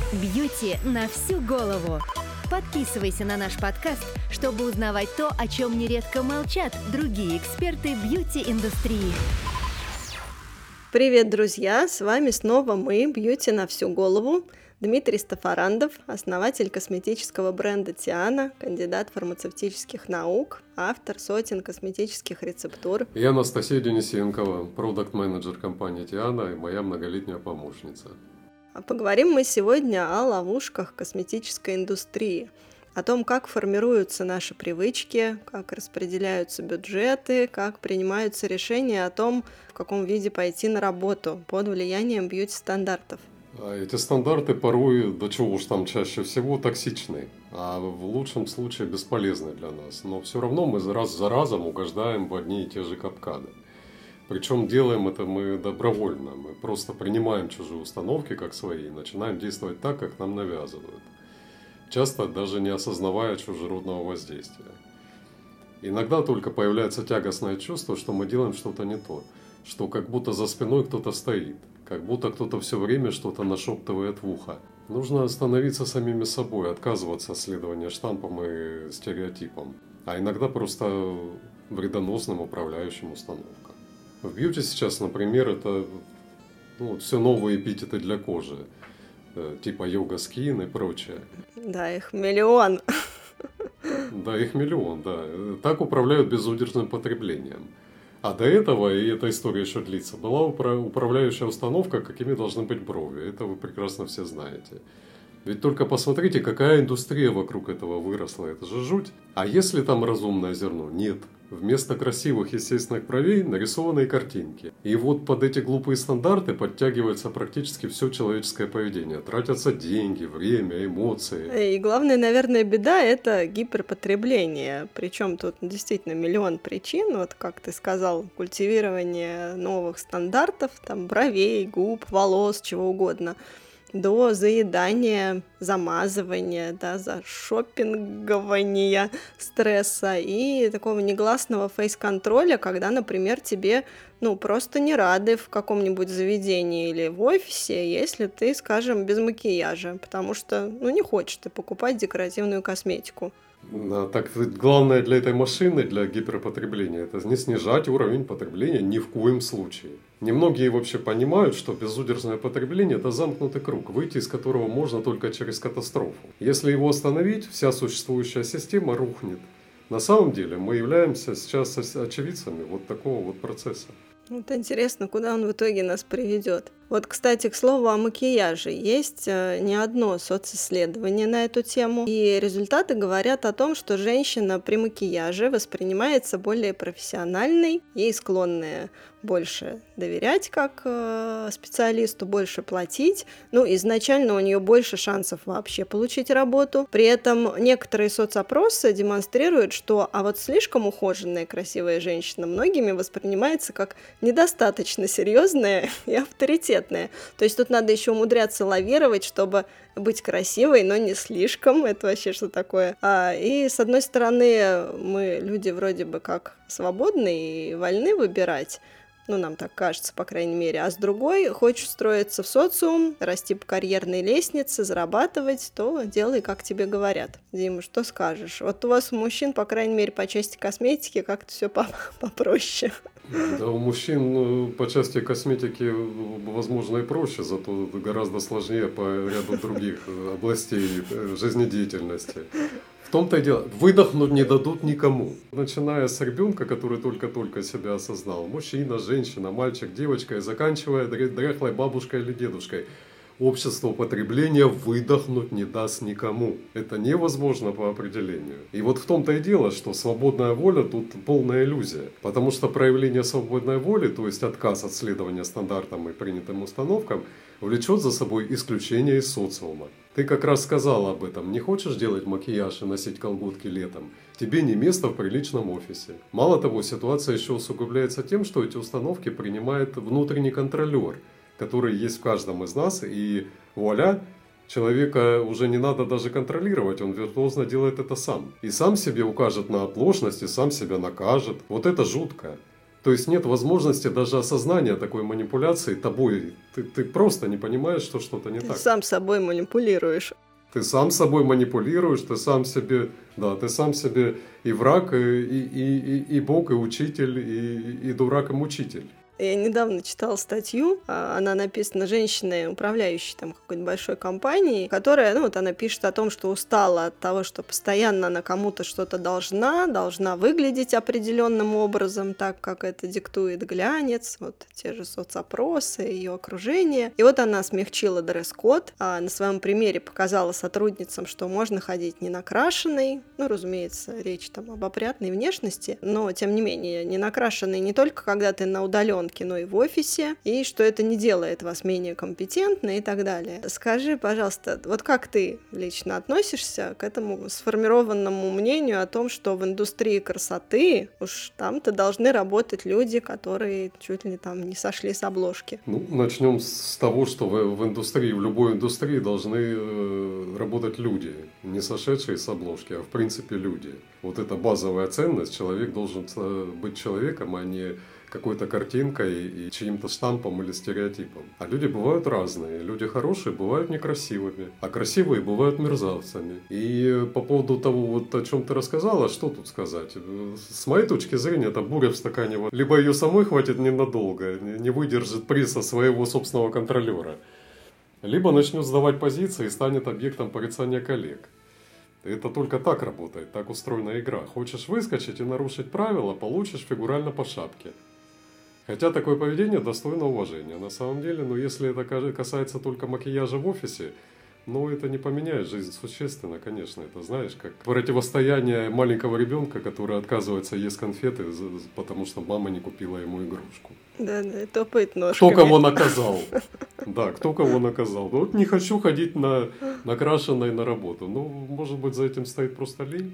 Бьюти на всю голову. Подписывайся на наш подкаст, чтобы узнавать то, о чем нередко молчат другие эксперты бьюти-индустрии. Привет, друзья! С вами снова мы, Бьюти на всю голову. Дмитрий Стафарандов, основатель косметического бренда Тиана, кандидат фармацевтических наук, автор сотен косметических рецептур. И Анастасия Денисенкова, продакт-менеджер компании Тиана и моя многолетняя помощница. Поговорим мы сегодня о ловушках косметической индустрии, о том, как формируются наши привычки, как распределяются бюджеты, как принимаются решения о том, в каком виде пойти на работу под влиянием бьюти-стандартов. Эти стандарты порой, да чего уж там чаще всего, токсичны, а в лучшем случае бесполезны для нас. Но все равно мы раз за разом угождаем в одни и те же капканы. Причем делаем это мы добровольно, мы просто принимаем чужие установки как свои и начинаем действовать так, как нам навязывают. Часто даже не осознавая чужеродного воздействия. Иногда только появляется тягостное чувство, что мы делаем что-то не то, что как будто за спиной кто-то стоит, как будто кто-то все время что-то нашептывает в ухо. Нужно становиться самими собой, отказываться от следования штампам и стереотипам, а иногда просто вредоносным управляющим установкам. В бьюти сейчас, например, это все новые эпитеты для кожи, типа йога-скин и прочее. Да, их миллион. Да, их миллион, да. Так управляют безудержным потреблением. А до этого, и эта история еще длится, была управляющая установка, какими должны быть брови. Это вы прекрасно все знаете. Ведь только посмотрите, какая индустрия вокруг этого выросла. Это же жуть. А если там разумное зерно? Нет. Вместо красивых естественных бровей нарисованные картинки. И вот под эти глупые стандарты подтягивается практически все человеческое поведение. Тратятся деньги, время, эмоции. И главная, наверное, беда – это гиперпотребление. Причем тут действительно миллион причин. Вот как ты сказал, культивирование новых стандартов, там бровей, губ, волос, чего угодно, до заедания, замазывания, да, зашопингования стресса и такого негласного фейс-контроля, когда, например, тебе просто не рады в каком-нибудь заведении или в офисе, если ты, скажем, без макияжа, потому что не хочешь ты покупать декоративную косметику. Да, так главное для этой машины, для гиперпотребления, это не снижать уровень потребления ни в коем случае. Немногие вообще понимают, что безудержное потребление – это замкнутый круг, выйти из которого можно только через катастрофу. Если его остановить, вся существующая система рухнет. На самом деле мы являемся сейчас очевидцами вот такого вот процесса. Вот интересно, куда он в итоге нас приведет. Вот, кстати, к слову о макияже. Есть не одно социсследование на эту тему, и результаты говорят о том, что женщина при макияже воспринимается более профессиональной, ей склонная больше доверять как специалисту, больше платить. Изначально у нее больше шансов вообще получить работу. При этом некоторые соцопросы демонстрируют, что вот слишком ухоженная красивая женщина многими воспринимается как недостаточно серьезная и авторитетная. То есть тут надо еще умудряться лавировать, чтобы быть красивой, но не слишком. Это вообще что такое? И с одной стороны, мы люди вроде бы как свободны и вольны выбирать. Нам так кажется, по крайней мере. А с другой, хочешь встроиться в социум, расти по карьерной лестнице, зарабатывать, то делай, как тебе говорят. Дима, что скажешь? Вот у вас у мужчин, по крайней мере, по части косметики как-то все попроще. Да, у мужчин по части косметики, возможно, и проще, зато гораздо сложнее по ряду других областей жизнедеятельности. В том-то и дело, выдохнуть не дадут никому. Начиная с ребенка, который только-только себя осознал, мужчина, женщина, мальчик, девочка, и заканчивая дряхлой бабушкой или дедушкой. Общество потребления выдохнуть не даст никому. Это невозможно по определению. И вот в том-то и дело, что свободная воля тут полная иллюзия. Потому что проявление свободной воли, то есть отказ от следования стандартам и принятым установкам, влечет за собой исключение из социума. Ты как раз сказала об этом. Не хочешь делать макияж и носить колготки летом? Тебе не место в приличном офисе. Мало того, ситуация еще усугубляется тем, что эти установки принимает внутренний контролер, который есть в каждом из нас, и вуаля, человека уже не надо даже контролировать, он виртуозно делает это сам. И сам себе укажет на оплошность, и сам себя накажет. Вот это жутко. То есть нет возможности даже осознания такой манипуляции тобой. Ты просто не понимаешь, что что-то не Ты так. сам собой манипулируешь. Ты сам собой манипулируешь, ты сам себе и враг, и Бог, и учитель, и дурак, и мучитель. Я недавно читала статью, она написана женщиной, управляющей там какой-то большой компанией, которая, она пишет о том, что устала от того, что постоянно она кому-то что-то должна выглядеть определенным образом, так как это диктует глянец, вот те же соцопросы, ее окружение. И вот она смягчила дресс-код, на своем примере показала сотрудницам, что можно ходить не накрашенной, разумеется, речь там об опрятной внешности, но, тем не менее, не накрашенной не только когда ты на удаленке, но и в офисе, и что это не делает вас менее компетентной и так далее. Скажи, пожалуйста, вот как ты лично относишься к этому сформированному мнению о том, что в индустрии красоты уж там-то должны работать люди, которые чуть ли там не сошли с обложки? Начнем с того, что в индустрии, в любой индустрии должны работать люди, не сошедшие с обложки, а в принципе люди. Вот это базовая ценность. Человек должен быть человеком, а не какой-то картинкой и чьим-то штампом или стереотипом. А люди бывают разные. Люди хорошие бывают некрасивыми, а красивые бывают мерзавцами. И по поводу того, вот о чем ты рассказала, что тут сказать? С моей точки зрения, это буря в стакане. Либо ее самой хватит ненадолго, не выдержит пресса своего собственного контролера, либо начнет сдавать позиции и станет объектом порицания коллег. Это только так работает, так устроена игра. Хочешь выскочить и нарушить правила, получишь фигурально по шапке. Хотя такое поведение достойно уважения. На самом деле, если это касается только макияжа в офисе, это не поменяет жизнь существенно, конечно. Это, знаешь, как противостояние маленького ребенка, который отказывается есть конфеты, потому что мама не купила ему игрушку. Да, топает ножками. Кто кого наказал? Да, кто кого наказал. Вот не хочу ходить накрашенной на работу. Может быть, за этим стоит просто лень?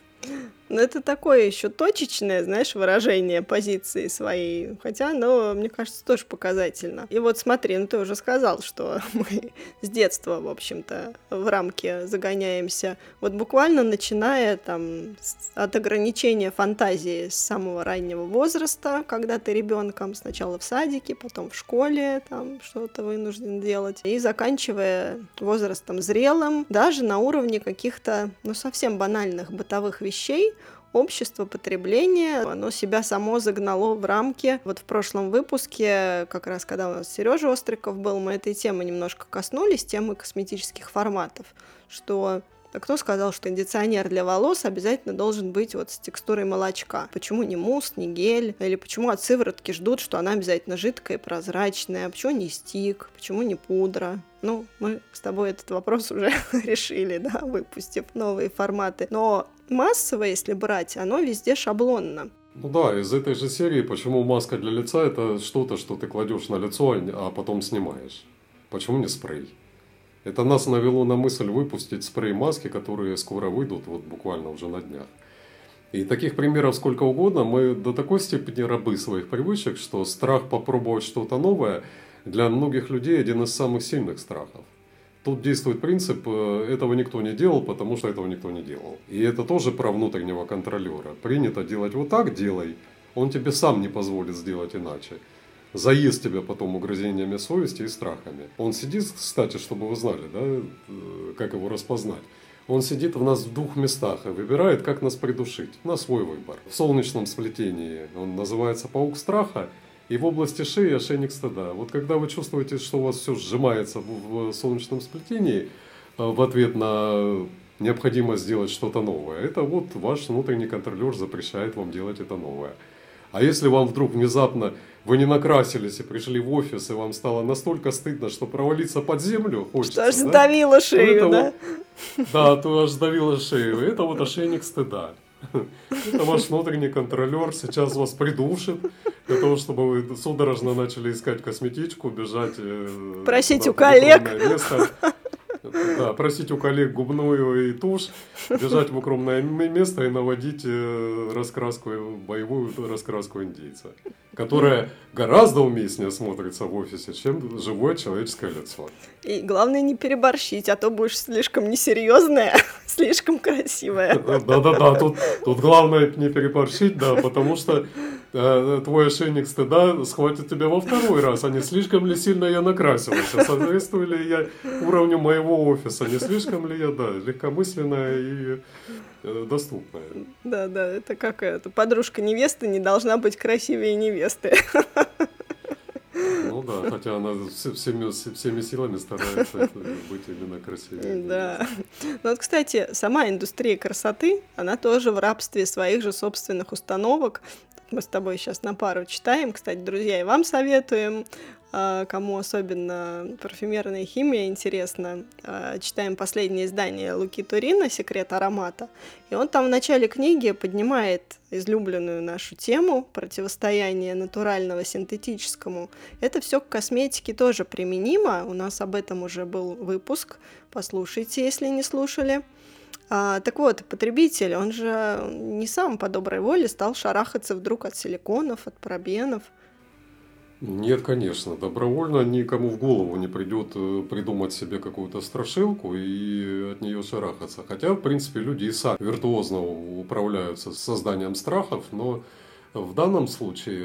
Это такое еще точечное, выражение позиции своей, хотя оно, мне кажется, тоже показательно. И вот смотри, ты уже сказал, что мы с детства, в общем-то, в рамки загоняемся. Вот буквально начиная от ограничения фантазии с самого раннего возраста, когда ты ребенком, сначала в садике, потом в школе, что-то вынужден делать, и заканчивая возрастом зрелым, даже на уровне каких-то, совсем банальных бытовых вещей, общество потребления, оно себя само загнало в рамки. Вот в прошлом выпуске, как раз когда у нас Сережа Остриков был, мы этой темы немножко коснулись, темы косметических форматов, что... А кто сказал, что кондиционер для волос обязательно должен быть с текстурой молочка? Почему не мусс, не гель? Или почему от сыворотки ждут, что она обязательно жидкая и прозрачная? Почему не стик? Почему не пудра? Мы с тобой этот вопрос уже решили, выпустив новые форматы. Но массово, если брать, оно везде шаблонно. Из этой же серии, почему маска для лица – это что-то, что ты кладешь на лицо, а потом снимаешь. Почему не спрей? Это нас навело на мысль выпустить спрей-маски, которые скоро выйдут, буквально уже на днях. И таких примеров сколько угодно. Мы до такой степени рабы своих привычек, что страх попробовать что-то новое для многих людей один из самых сильных страхов. Тут действует принцип «этого никто не делал, потому что этого никто не делал». И это тоже про внутреннего контролера. Принято делать вот так – делай. Он тебе сам не позволит сделать иначе. Заест тебя потом угрызениями совести и страхами. Он сидит, кстати, чтобы вы знали, как его распознать. Он сидит в нас в двух местах и выбирает, как нас придушить, на свой выбор. В солнечном сплетении он называется паук страха, и в области шеи ошейник стыда. Вот когда вы чувствуете, что у вас все сжимается в солнечном сплетении в ответ на необходимость сделать что-то новое, это ваш внутренний контролер запрещает вам делать это новое. А если вам вдруг внезапно вы не накрасились и пришли в офис, и вам стало настолько стыдно, что провалиться под землю хочется, что аж сдавило шею, да? Да, то аж сдавило шею. Это ошейник стыда. Это ваш внутренний контролер сейчас вас придушит для того, чтобы вы судорожно начали искать косметичку, бежать... Просить у коллег. Да, просить у коллег губную и тушь, бежать в укромное место и наводить боевую раскраску индейца, которая гораздо уместнее смотрится в офисе, чем живое человеческое лицо. И главное не переборщить, а то будешь слишком несерьезная, слишком красивая. Да, тут главное не переборщить, потому что твой ошейник стыда схватит тебя во второй раз, а не слишком ли сильно я накрасилась, соответствую ли я уровню моего офиса, не слишком ли я, легкомысленная и доступная. Да, это как подружка невесты не должна быть красивее невесты. Ну да, хотя она всеми силами старается быть именно красивее. Да. Ну вот, кстати, сама индустрия красоты, она тоже в рабстве своих же собственных установок. Мы с тобой сейчас на пару читаем. Кстати, друзья, и вам советуем, кому особенно парфюмерная химия интересна. Читаем последнее издание Луки Турина «Секрет аромата». И он там в начале книги поднимает излюбленную нашу тему противостояния натурального синтетическому. Это все к косметике тоже применимо. У нас об этом уже был выпуск. Послушайте, если не слушали. Так вот, потребитель, он же не сам по доброй воле стал шарахаться вдруг от силиконов, от парабенов. Нет, конечно, добровольно никому в голову не придет придумать себе какую-то страшилку и от нее шарахаться. Хотя, в принципе, люди и сами виртуозно управляются с созданием страхов, но в данном случае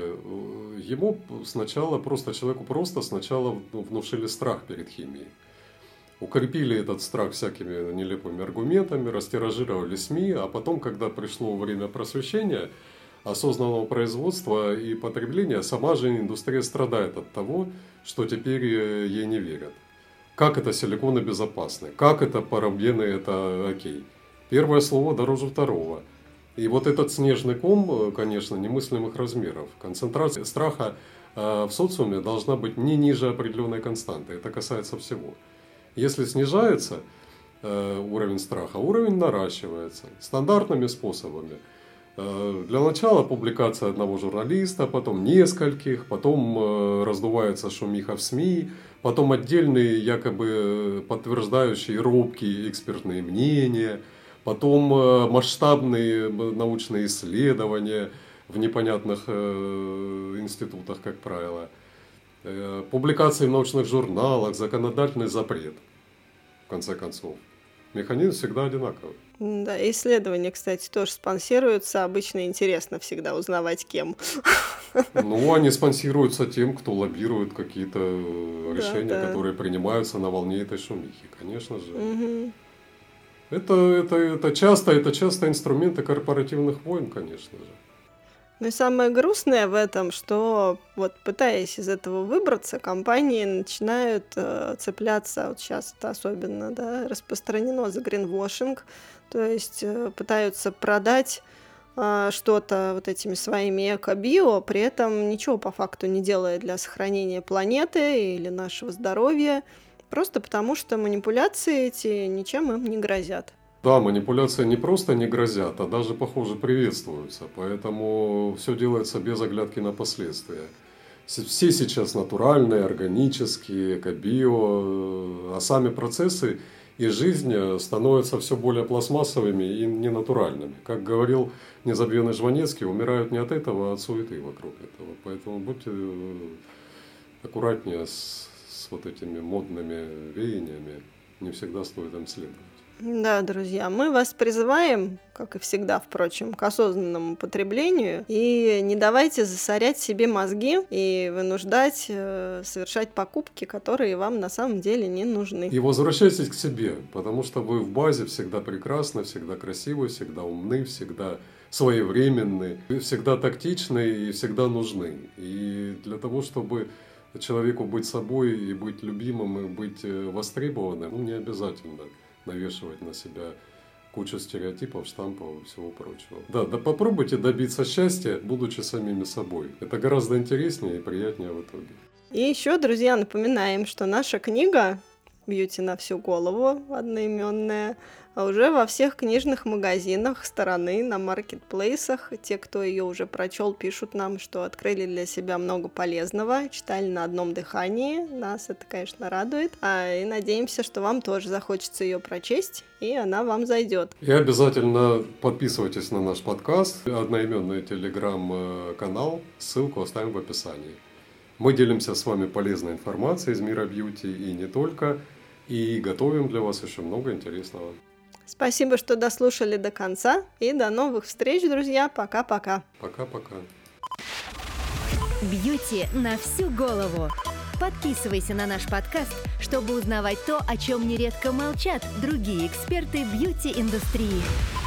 человеку сначала внушили страх перед химией. Укрепили этот страх всякими нелепыми аргументами, растиражировали СМИ, а потом, когда пришло время просвещения, осознанного производства и потребления, сама же индустрия страдает от того, что теперь ей не верят. Как это силиконы безопасны? Как это парабены это окей? Первое слово дороже второго. И вот этот снежный ком, конечно, немыслимых размеров. Концентрация страха в социуме должна быть не ниже определенной константы. Это касается всего. Если снижается уровень страха, уровень наращивается стандартными способами. Для начала публикация одного журналиста, потом нескольких, потом раздувается шумиха в СМИ, потом отдельные якобы подтверждающие робкие экспертные мнения, потом масштабные научные исследования в непонятных институтах, как правило. Публикации в научных журналах, законодательный запрет, в конце концов. Механизм всегда одинаковый. Да, исследования, кстати, тоже спонсируются. Обычно интересно всегда узнавать, кем. Ну, они спонсируются тем, кто лоббирует какие-то решения, которые принимаются на волне этой шумихи, конечно же. Угу. Это часто инструменты корпоративных войн, конечно же. Ну и самое грустное в этом, что вот пытаясь из этого выбраться, компании начинают цепляться, вот сейчас это особенно распространено, за гринвошинг, то есть пытаются продать что-то вот этими своими эко-био, при этом ничего по факту не делая для сохранения планеты или нашего здоровья, просто потому что манипуляции эти ничем им не грозят. Да, манипуляции не просто не грозят, а даже, похоже, приветствуются. Поэтому все делается без оглядки на последствия. Все сейчас натуральные, органические, эко-био, а сами процессы и жизнь становятся все более пластмассовыми и ненатуральными. Как говорил незабвенный Жванецкий, умирают не от этого, а от суеты вокруг этого. Поэтому будьте аккуратнее с вот этими модными веяниями. Не всегда стоит им следовать. Да, друзья, мы вас призываем, как и всегда, впрочем, к осознанному потреблению. И не давайте засорять себе мозги и вынуждать совершать покупки, которые вам на самом деле не нужны. И возвращайтесь к себе, потому что вы в базе всегда прекрасны, всегда красивы, всегда умны, всегда своевременны, всегда тактичны и всегда нужны. И для того, чтобы человеку быть собой и быть любимым, и быть востребованным, не обязательно навешивать на себя кучу стереотипов, штампов и всего прочего. Да попробуйте добиться счастья, будучи самими собой. Это гораздо интереснее и приятнее в итоге. И еще, друзья, напоминаем, что наша книга «Бьюти на всю голову» одноименная уже во всех книжных магазинах стороны, на маркетплейсах. Те, кто ее уже прочел, пишут нам, что открыли для себя много полезного, читали на одном дыхании. Нас это, конечно, радует. И надеемся, что вам тоже захочется ее прочесть, и она вам зайдет. И обязательно подписывайтесь на наш подкаст, одноименный телеграм-канал, ссылку оставим в описании. Мы делимся с вами полезной информацией из мира бьюти и не только, и готовим для вас еще много интересного. Спасибо, что дослушали до конца, и до новых встреч, друзья. Пока-пока. Пока-пока. Бьюти на всю голову. Подписывайся на наш подкаст, чтобы узнавать то, о чем нередко молчат другие эксперты бьюти-индустрии.